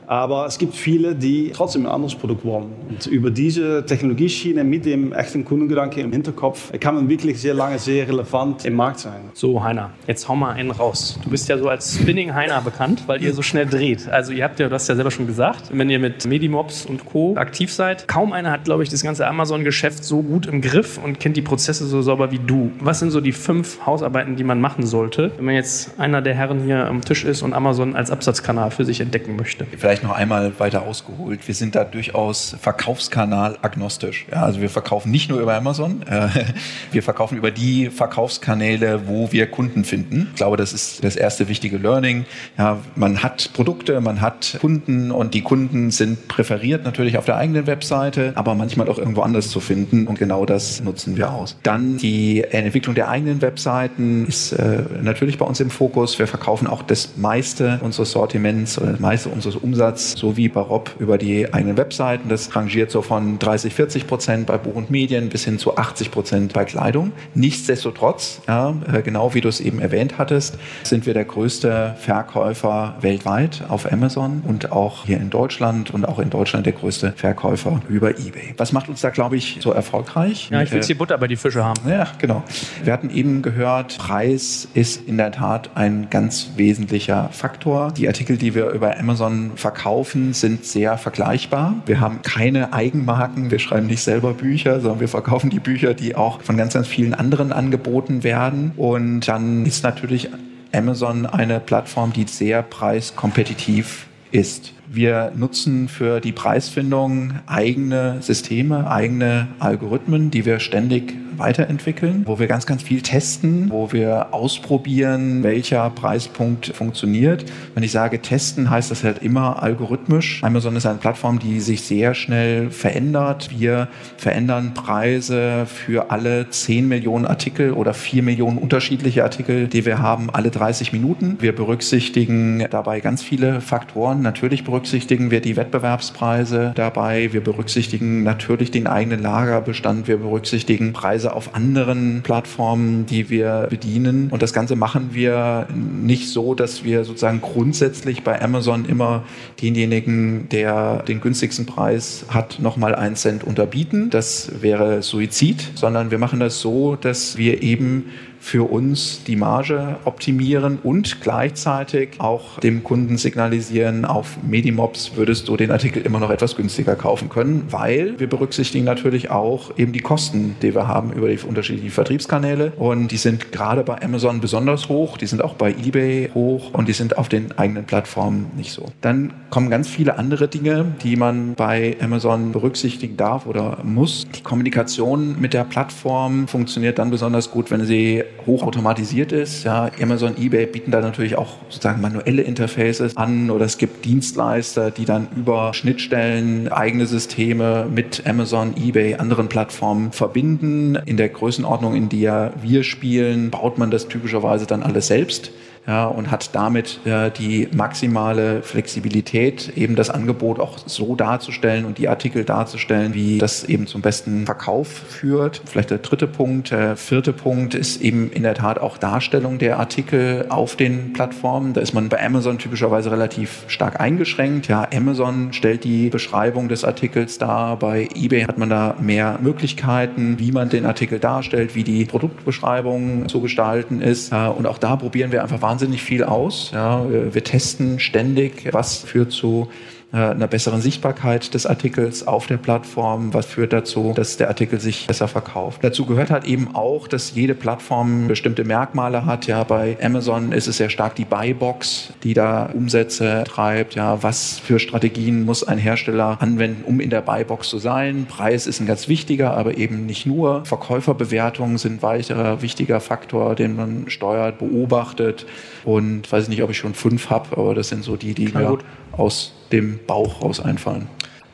Aber es gibt viele, die trotzdem ein anderes Produkt wollen. Und über diese Technologieschiene mit dem echten Kundengedanke im Hinterkopf kann man wirklich sehr lange sehr relevant im Markt sein. So, Heiner, jetzt hau mal einen raus. Du bist ja so als Spinning Heiner bekannt, weil ihr so schnell dreht. Also du hast ja selber schon gesagt, wenn ihr mit Medimobs und Co. aktiv seid, kaum einer hat, glaube ich, das ganze Amazon-Geschäft so gut im Griff und kennt die Prozesse so sauber wie du. Was sind so die 5 Hausarbeiten, die man machen sollte, wenn man jetzt einer der Herren hier am Tisch ist und Amazon als Absatzkanal für sich entdecken möchte? Vielleicht noch einmal weiter ausgeholt. Wir sind da durchaus Verkaufskanal agnostisch. Ja, also wir verkaufen nicht nur über Amazon, wir verkaufen über die Verkaufskanäle, wo wir Kunden finden. Ich glaube, das ist das erste wichtige Learning. Ja, man hat Produkte, man hat Kunden und die Kunden sind präferiert natürlich auf der eigenen Webseite, aber manchmal auch irgendwo anders zu finden und genau das nutzen wir aus. Dann die Entwicklung der eigenen Webseiten ist natürlich bei uns im Fokus. Wir verkaufen auch das meiste unseres Sortiments oder das meiste unseres Umsatzes, so wie bei Rob, über die eigenen Webseiten. Das rangiert so von 30-40% bei Buch und Medien bis hin zu 80% bei Kleidung. Nichtsdestotrotz, ja, genau wie du es eben erwähnt hattest, sind wir der größte Verkäufer weltweit auf Amazon und auch hier in Deutschland und auch in Deutschland der größte Verkäufer über eBay. Was macht uns da, glaube ich, so erfolgreich? Ja, ich will jetzt hier Butter bei die Fische haben. Ja, genau. Wir hatten eben gehört, Preis ist in der Tat ein ganz wesentlicher Faktor. Die Artikel, die wir über Amazon verkaufen, sind sehr vergleichbar. Wir haben keine Eigenmarken, wir schreiben nicht selber Bücher, sondern wir verkaufen die Bücher, die auch von ganz, ganz vielen anderen angeboten werden. Und dann ist natürlich Amazon eine Plattform, die sehr preiskompetitiv ist. Wir nutzen für die Preisfindung eigene Systeme, eigene Algorithmen, die wir ständig weiterentwickeln, wo wir ganz, ganz viel testen, wo wir ausprobieren, welcher Preispunkt funktioniert. Wenn ich sage testen, heißt das halt immer algorithmisch. Amazon ist eine Plattform, die sich sehr schnell verändert. Wir verändern Preise für alle 10 Millionen Artikel oder 4 Millionen unterschiedliche Artikel, die wir haben, alle 30 Minuten. Wir berücksichtigen dabei ganz viele Faktoren. Natürlich berücksichtigen wir die Wettbewerbspreise dabei. Wir berücksichtigen natürlich den eigenen Lagerbestand. Wir berücksichtigen Preise auf anderen Plattformen, die wir bedienen. Und das Ganze machen wir nicht so, dass wir sozusagen grundsätzlich bei Amazon immer denjenigen, der den günstigsten Preis hat, nochmal 1 Cent unterbieten. Das wäre Suizid, sondern wir machen das so, dass wir eben für uns die Marge optimieren und gleichzeitig auch dem Kunden signalisieren, auf Medimobs würdest du den Artikel immer noch etwas günstiger kaufen können, weil wir berücksichtigen natürlich auch eben die Kosten, die wir haben über die unterschiedlichen Vertriebskanäle, und die sind gerade bei Amazon besonders hoch, die sind auch bei eBay hoch und die sind auf den eigenen Plattformen nicht so. Dann kommen ganz viele andere Dinge, die man bei Amazon berücksichtigen darf oder muss. Die Kommunikation mit der Plattform funktioniert dann besonders gut, wenn sie hochautomatisiert ist. Ja, Amazon, eBay bieten da natürlich auch sozusagen manuelle Interfaces an, oder es gibt Dienstleister, die dann über Schnittstellen eigene Systeme mit Amazon, eBay, anderen Plattformen verbinden. In der Größenordnung, in der wir spielen, baut man das typischerweise dann alles selbst. Ja, und hat damit die maximale Flexibilität, eben das Angebot auch so darzustellen und die Artikel darzustellen, wie das eben zum besten Verkauf führt. Vielleicht der dritte Punkt. Der vierte Punkt ist eben in der Tat auch Darstellung der Artikel auf den Plattformen. Da ist man bei Amazon typischerweise relativ stark eingeschränkt. Ja, Amazon stellt die Beschreibung des Artikels dar. Bei eBay hat man da mehr Möglichkeiten, wie man den Artikel darstellt, wie die Produktbeschreibung zu gestalten ist. Und auch da probieren wir einfach wahnsinnig viel aus. Ja, wir testen ständig, was führt zu einer besseren Sichtbarkeit des Artikels auf der Plattform, was führt dazu, dass der Artikel sich besser verkauft. Dazu gehört halt eben auch, dass jede Plattform bestimmte Merkmale hat. Ja, bei Amazon ist es sehr stark die Buybox, die da Umsätze treibt. Ja, was für Strategien muss ein Hersteller anwenden, um in der Buybox zu sein? Preis ist ein ganz wichtiger, aber eben nicht nur. Verkäuferbewertungen sind ein weiterer wichtiger Faktor, den man steuert, beobachtet. Und weiß nicht, ob ich schon 5 habe, aber das sind so die mir aus dem Bauch raus einfallen.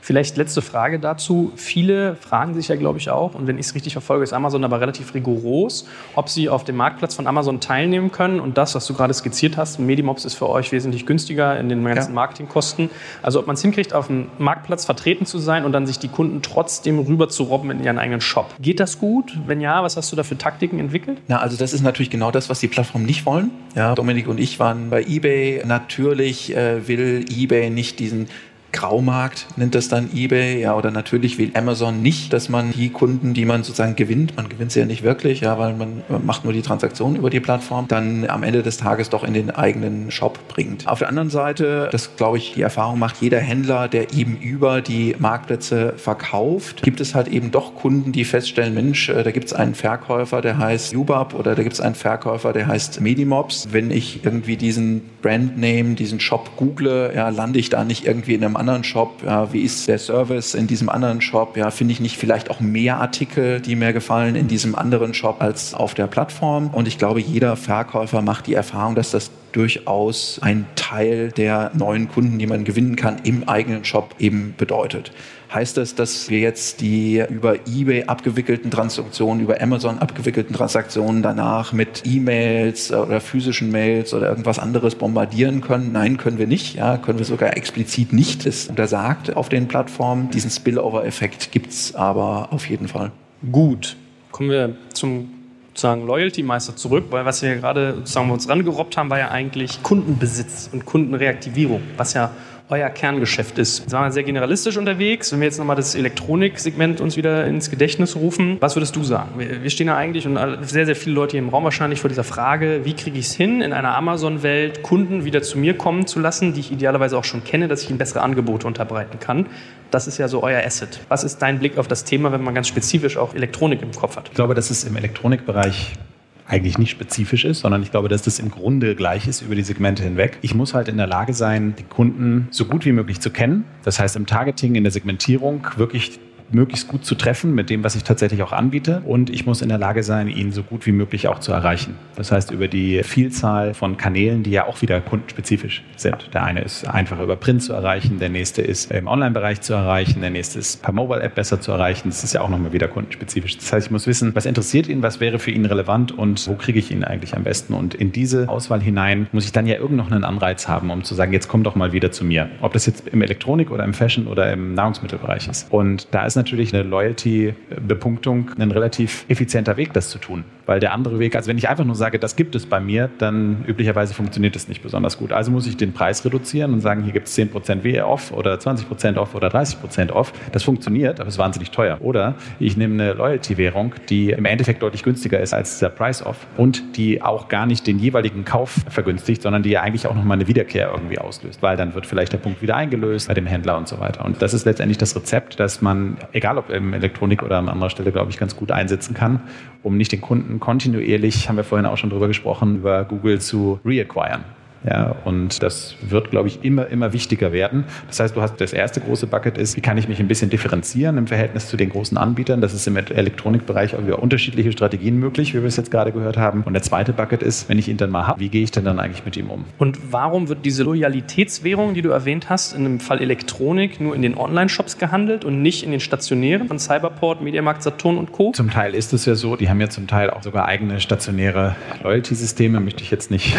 Vielleicht letzte Frage dazu. Viele fragen sich ja, glaube ich, auch, und wenn ich es richtig verfolge, ist Amazon aber relativ rigoros, ob sie auf dem Marktplatz von Amazon teilnehmen können. Und das, was du gerade skizziert hast, Medimobs ist für euch wesentlich günstiger in den ganzen Marketingkosten. Also ob man es hinkriegt, auf dem Marktplatz vertreten zu sein und dann sich die Kunden trotzdem rüber zu robben in ihren eigenen Shop. Geht das gut? Wenn ja, was hast du da für Taktiken entwickelt? Na, also das ist natürlich genau das, was die Plattformen nicht wollen. Ja, Dominik und ich waren bei eBay. Natürlich will eBay nicht diesen Graumarkt, nennt das dann eBay, ja, oder natürlich will Amazon nicht, dass man die Kunden, die man sozusagen gewinnt, man gewinnt sie ja nicht wirklich, ja, weil man macht nur die Transaktion über die Plattform, dann am Ende des Tages doch in den eigenen Shop bringt. Auf der anderen Seite, das glaube ich, die Erfahrung macht jeder Händler, der eben über die Marktplätze verkauft, gibt es halt eben doch Kunden, die feststellen, Mensch, da gibt es einen Verkäufer, der heißt Ubab, oder da gibt es einen Verkäufer, der heißt Medimobs. Wenn ich irgendwie diesen Brandname, diesen Shop google, ja, lande ich da nicht irgendwie in einem anderen Shop, ja, wie ist der Service in diesem anderen Shop, ja, finde ich nicht vielleicht auch mehr Artikel, die mir gefallen in diesem anderen Shop als auf der Plattform. Und ich glaube, jeder Verkäufer macht die Erfahrung, dass das durchaus ein Teil der neuen Kunden, die man gewinnen kann, im eigenen Shop eben bedeutet. Heißt das, dass wir jetzt die über eBay abgewickelten Transaktionen, über Amazon abgewickelten Transaktionen danach mit E-Mails oder physischen Mails oder irgendwas anderes bombardieren können? Nein, können wir nicht. Ja, können wir sogar explizit nicht. Das ist untersagt auf den Plattformen. Diesen Spillover-Effekt gibt es aber auf jeden Fall. Gut. Kommen wir zum sozusagen Loyalty-Meister zurück, weil was wir gerade sozusagen uns rangerobbt haben, war ja eigentlich Kundenbesitz und Kundenreaktivierung, was ja euer Kerngeschäft ist. Jetzt waren wir sehr generalistisch unterwegs. Wenn wir jetzt nochmal das Elektroniksegment uns wieder ins Gedächtnis rufen, was würdest du sagen? Wir stehen ja eigentlich und sehr, sehr viele Leute hier im Raum wahrscheinlich vor dieser Frage, wie kriege ich es hin, in einer Amazon-Welt Kunden wieder zu mir kommen zu lassen, die ich idealerweise auch schon kenne, dass ich ihnen bessere Angebote unterbreiten kann. Das ist ja so euer Asset. Was ist dein Blick auf das Thema, wenn man ganz spezifisch auch Elektronik im Kopf hat? Ich glaube, dass es im Elektronikbereich eigentlich nicht spezifisch ist, sondern ich glaube, dass das im Grunde gleich ist über die Segmente hinweg. Ich muss halt in der Lage sein, die Kunden so gut wie möglich zu kennen. Das heißt, im Targeting, in der Segmentierung wirklich möglichst gut zu treffen mit dem, was ich tatsächlich auch anbiete. Und ich muss in der Lage sein, ihn so gut wie möglich auch zu erreichen. Das heißt, über die Vielzahl von Kanälen, die ja auch wieder kundenspezifisch sind. Der eine ist einfacher über Print zu erreichen, der nächste ist im Online-Bereich zu erreichen, der nächste ist per Mobile-App besser zu erreichen. Das ist ja auch nochmal wieder kundenspezifisch. Das heißt, ich muss wissen, was interessiert ihn, was wäre für ihn relevant und wo kriege ich ihn eigentlich am besten. Und in diese Auswahl hinein muss ich dann ja irgend noch einen Anreiz haben, um zu sagen, jetzt komm doch mal wieder zu mir. Ob das jetzt im Elektronik- oder im Fashion- oder im Nahrungsmittelbereich ist. Und da ist natürlich eine Loyalty-Bepunktung ein relativ effizienter Weg, das zu tun. Weil der andere Weg, also wenn ich einfach nur sage, das gibt es bei mir, dann üblicherweise funktioniert das nicht besonders gut. Also muss ich den Preis reduzieren und sagen, hier gibt es 10% off oder 20% off oder 30% off. Das funktioniert, aber es ist wahnsinnig teuer. Oder ich nehme eine Loyalty-Währung, die im Endeffekt deutlich günstiger ist als der Price-Off und die auch gar nicht den jeweiligen Kauf vergünstigt, sondern die ja eigentlich auch nochmal eine Wiederkehr irgendwie auslöst. Weil dann wird vielleicht der Punkt wieder eingelöst bei dem Händler und so weiter. Und das ist letztendlich das Rezept, dass man, egal ob im Elektronik oder an anderer Stelle, glaube ich, ganz gut einsetzen kann, um nicht den Kunden kontinuierlich, haben wir vorhin auch schon drüber gesprochen, über Google zu reacquiren. Ja, und das wird, glaube ich, immer wichtiger werden. Das heißt, du hast das erste große Bucket ist, wie kann ich mich ein bisschen differenzieren im Verhältnis zu den großen Anbietern? Das ist im Elektronikbereich auch wieder unterschiedliche Strategien möglich, wie wir es jetzt gerade gehört haben. Und der zweite Bucket ist, wenn ich ihn dann mal habe, wie gehe ich denn dann eigentlich mit ihm um? Und warum wird diese Loyalitätswährung, die du erwähnt hast, in dem Fall Elektronik nur in den Online-Shops gehandelt und nicht in den stationären von Cyberport, Mediamarkt, Saturn und Co.? Zum Teil ist es ja so, die haben ja zum Teil auch sogar eigene stationäre Loyalty-Systeme, möchte ich jetzt nicht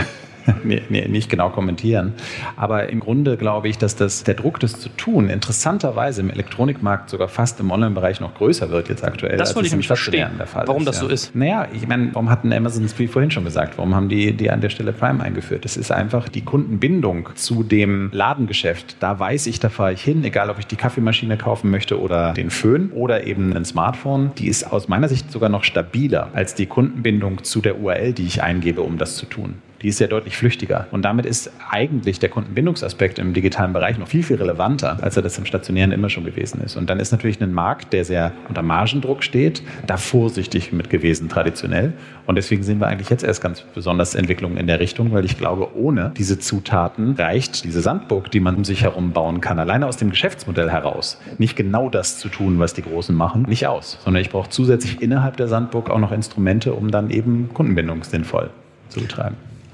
genau kommentieren. Aber im Grunde glaube ich, dass der Druck, das zu tun, interessanterweise im Elektronikmarkt sogar fast im Online-Bereich noch größer wird jetzt aktuell. Das wollte ich nämlich verstehen, warum das so ist. Naja, ich meine, warum hatten Amazon, wie vorhin schon gesagt, warum haben die an der Stelle Prime eingeführt? Das ist einfach die Kundenbindung zu dem Ladengeschäft. Da weiß ich, da fahre ich hin, egal ob ich die Kaffeemaschine kaufen möchte oder den Föhn oder eben ein Smartphone. Die ist aus meiner Sicht sogar noch stabiler als die Kundenbindung zu der URL, die ich eingebe, um das zu tun. Die ist ja deutlich flüchtiger. Und damit ist eigentlich der Kundenbindungsaspekt im digitalen Bereich noch viel relevanter, als er das im Stationären immer schon gewesen ist. Und dann ist natürlich ein Markt, der sehr unter Margendruck steht, da vorsichtig mit gewesen traditionell. Und deswegen sehen wir eigentlich jetzt erst ganz besonders Entwicklungen in der Richtung, weil ich glaube, ohne diese Zutaten reicht diese Sandburg, die man um sich herum bauen kann, alleine aus dem Geschäftsmodell heraus, nicht genau das zu tun, was die Großen machen, nicht aus. Sondern ich brauche zusätzlich innerhalb der Sandburg auch noch Instrumente, um dann eben Kundenbindung sinnvoll zu betreiben.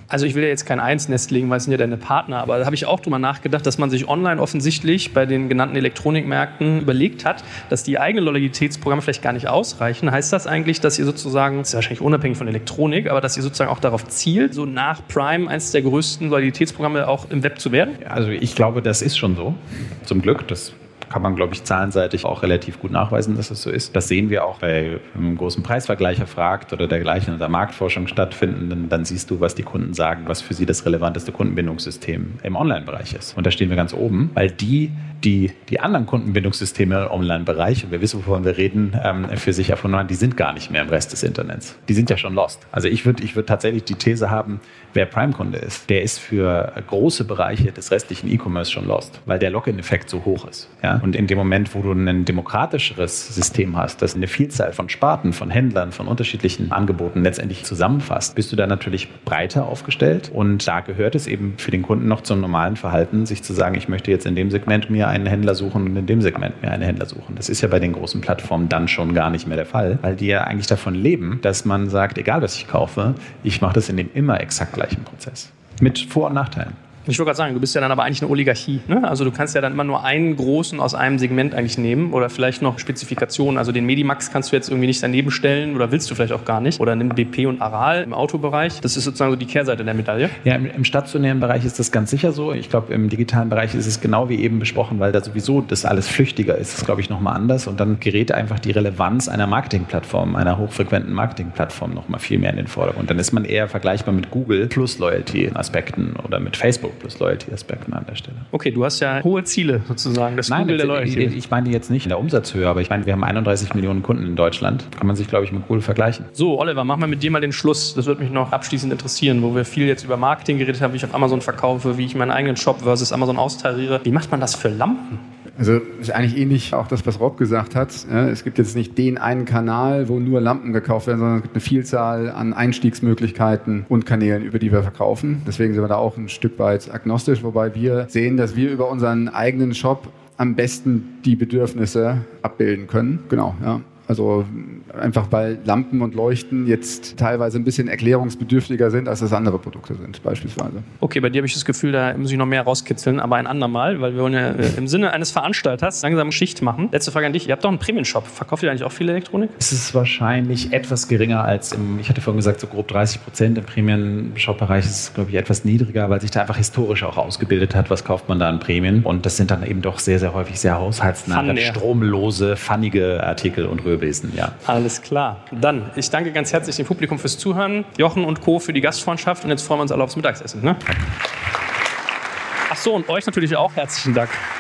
Also ich will ja jetzt kein Eins-Nest legen, weil es sind ja deine Partner, aber da habe ich auch drüber nachgedacht, dass man sich online offensichtlich bei den genannten Elektronikmärkten überlegt hat, dass die eigenen Loyalitätsprogramme vielleicht gar nicht ausreichen. Heißt das eigentlich, dass ihr sozusagen, das ist wahrscheinlich unabhängig von Elektronik, aber dass ihr sozusagen auch darauf zielt, so nach Prime eines der größten Loyalitätsprogramme auch im Web zu werden? Also ich glaube, das ist schon so, zum Glück. Das kann man, glaube ich, zahlenseitig auch relativ gut nachweisen, dass es so ist. Das sehen wir auch bei einem großen Preisvergleich erfragt oder dergleichen oder Marktforschung stattfinden. Dann siehst du, was die Kunden sagen, was für sie das relevanteste Kundenbindungssystem im Online-Bereich ist. Und da stehen wir ganz oben, weil die anderen Kundenbindungssysteme im Online-Bereich, und wir wissen, wovon wir reden, für sich erfunden haben, die sind gar nicht mehr im Rest des Internets. Die sind ja schon lost. Also ich würd tatsächlich die These haben, wer Prime-Kunde ist, der ist für große Bereiche des restlichen E-Commerce schon lost, weil der Login-Effekt so hoch ist. Ja? Und in dem Moment, wo du ein demokratischeres System hast, das eine Vielzahl von Sparten, von Händlern, von unterschiedlichen Angeboten letztendlich zusammenfasst, bist du da natürlich breiter aufgestellt. Und da gehört es eben für den Kunden noch zum normalen Verhalten, sich zu sagen, ich möchte jetzt in dem Segment mir einen Händler suchen und in dem Segment mir einen Händler suchen. Das ist ja bei den großen Plattformen dann schon gar nicht mehr der Fall, weil die ja eigentlich davon leben, dass man sagt, egal was ich kaufe, ich mache das in dem immer exakt gleichen Prozess. Mit Vor- und Nachteilen. Ich wollte gerade sagen, du bist ja dann aber eigentlich eine Oligarchie. Ne? Also du kannst ja dann immer nur einen großen aus einem Segment eigentlich nehmen oder vielleicht noch Spezifikationen. Also den Medimax kannst du jetzt irgendwie nicht daneben stellen oder willst du vielleicht auch gar nicht. Oder nimm BP und Aral im Autobereich. Das ist sozusagen so die Kehrseite der Medaille. Ja, im stationären Bereich ist das ganz sicher so. Ich glaube, im digitalen Bereich ist es genau wie eben besprochen, weil da sowieso das alles flüchtiger ist. Das ist, glaube ich, nochmal anders. Und dann gerät einfach die Relevanz einer Marketingplattform, einer hochfrequenten Marketingplattform nochmal viel mehr in den Vordergrund. Dann ist man eher vergleichbar mit Google plus Loyalty-Aspekten oder mit Facebook plus Loyalty-Aspekten an der Stelle. Okay, du hast ja hohe Ziele sozusagen, das Nein, Google der Loyalty. Ich meine jetzt nicht in der Umsatzhöhe, aber ich meine, wir haben 31 Millionen Kunden in Deutschland. Kann man sich, glaube ich, mit Google vergleichen. So, Oliver, machen wir mit dir mal den Schluss. Das würde mich noch abschließend interessieren, wo wir viel jetzt über Marketing geredet haben, wie ich auf Amazon verkaufe, wie ich meinen eigenen Shop versus Amazon austariere. Wie macht man das für Lampen? Also ist eigentlich ähnlich auch das, was Rob gesagt hat. Ja, es gibt jetzt nicht den einen Kanal, wo nur Lampen gekauft werden, sondern es gibt eine Vielzahl an Einstiegsmöglichkeiten und Kanälen, über die wir verkaufen. Deswegen sind wir da auch ein Stück weit agnostisch, wobei wir sehen, dass wir über unseren eigenen Shop am besten die Bedürfnisse abbilden können. Genau, ja. Also einfach weil Lampen und Leuchten jetzt teilweise ein bisschen erklärungsbedürftiger sind, als das andere Produkte sind, beispielsweise. Okay, bei dir habe ich das Gefühl, da muss ich noch mehr rauskitzeln, aber ein andermal, weil wir wollen ja im Sinne eines Veranstalters langsam Schicht machen. Letzte Frage an dich. Ihr habt doch einen Premium-Shop. Verkauft ihr eigentlich auch viel Elektronik? Es ist wahrscheinlich etwas geringer als ich hatte vorhin gesagt, so grob 30%. Im Premium-Shop-Bereich ist es, glaube ich, etwas niedriger, weil sich da einfach historisch auch ausgebildet hat, was kauft man da an Prämien. Und das sind dann eben doch sehr, sehr häufig sehr haushaltsnahe, stromlose, fannige Artikel und Röhrbesen. Ja. Alles klar. Dann, ich danke ganz herzlich dem Publikum fürs Zuhören, Jochen und Co. für die Gastfreundschaft und jetzt freuen wir uns alle aufs Mittagessen. Ne? Ach so, und euch natürlich auch herzlichen Dank.